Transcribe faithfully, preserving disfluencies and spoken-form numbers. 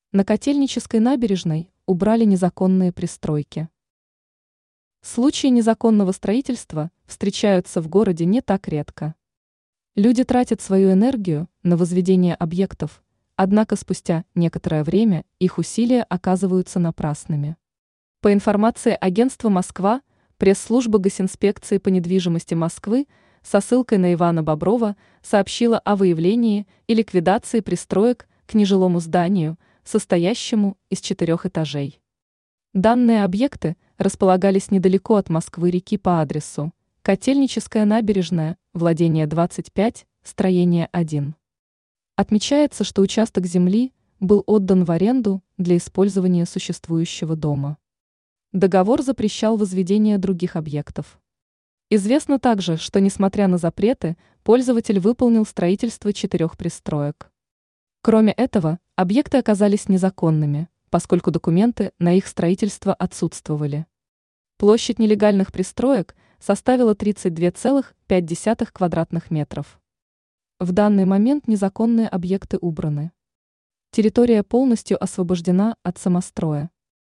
На Котельнической набережной убрали незаконные пристройки. Случаи незаконного строительства встречаются в городе не так редко. Люди тратят свою энергию на возведение объектов, однако спустя некоторое время их усилия оказываются напрасными. По информации агентства «Москва», пресс-служба Госинспекции по недвижимости Москвы со ссылкой на Ивана Боброва сообщила о выявлении и ликвидации пристроек к нежилому зданию, состоящему из четырех этажей. Данные объекты располагались недалеко от Москвы-реки по адресу Котельническая набережная, владение двадцать пять, строение один. Отмечается, что участок земли был отдан в аренду для использования существующего дома. Договор запрещал возведение других объектов. Известно также, что, несмотря на запреты, пользователь выполнил строительство четырех пристроек. Кроме этого, объекты оказались незаконными, поскольку документы на их строительство отсутствовали. Площадь нелегальных пристроек составила тридцать два целых пять десятых квадратных метров. В данный момент незаконные объекты убраны. Территория полностью освобождена от самостроя.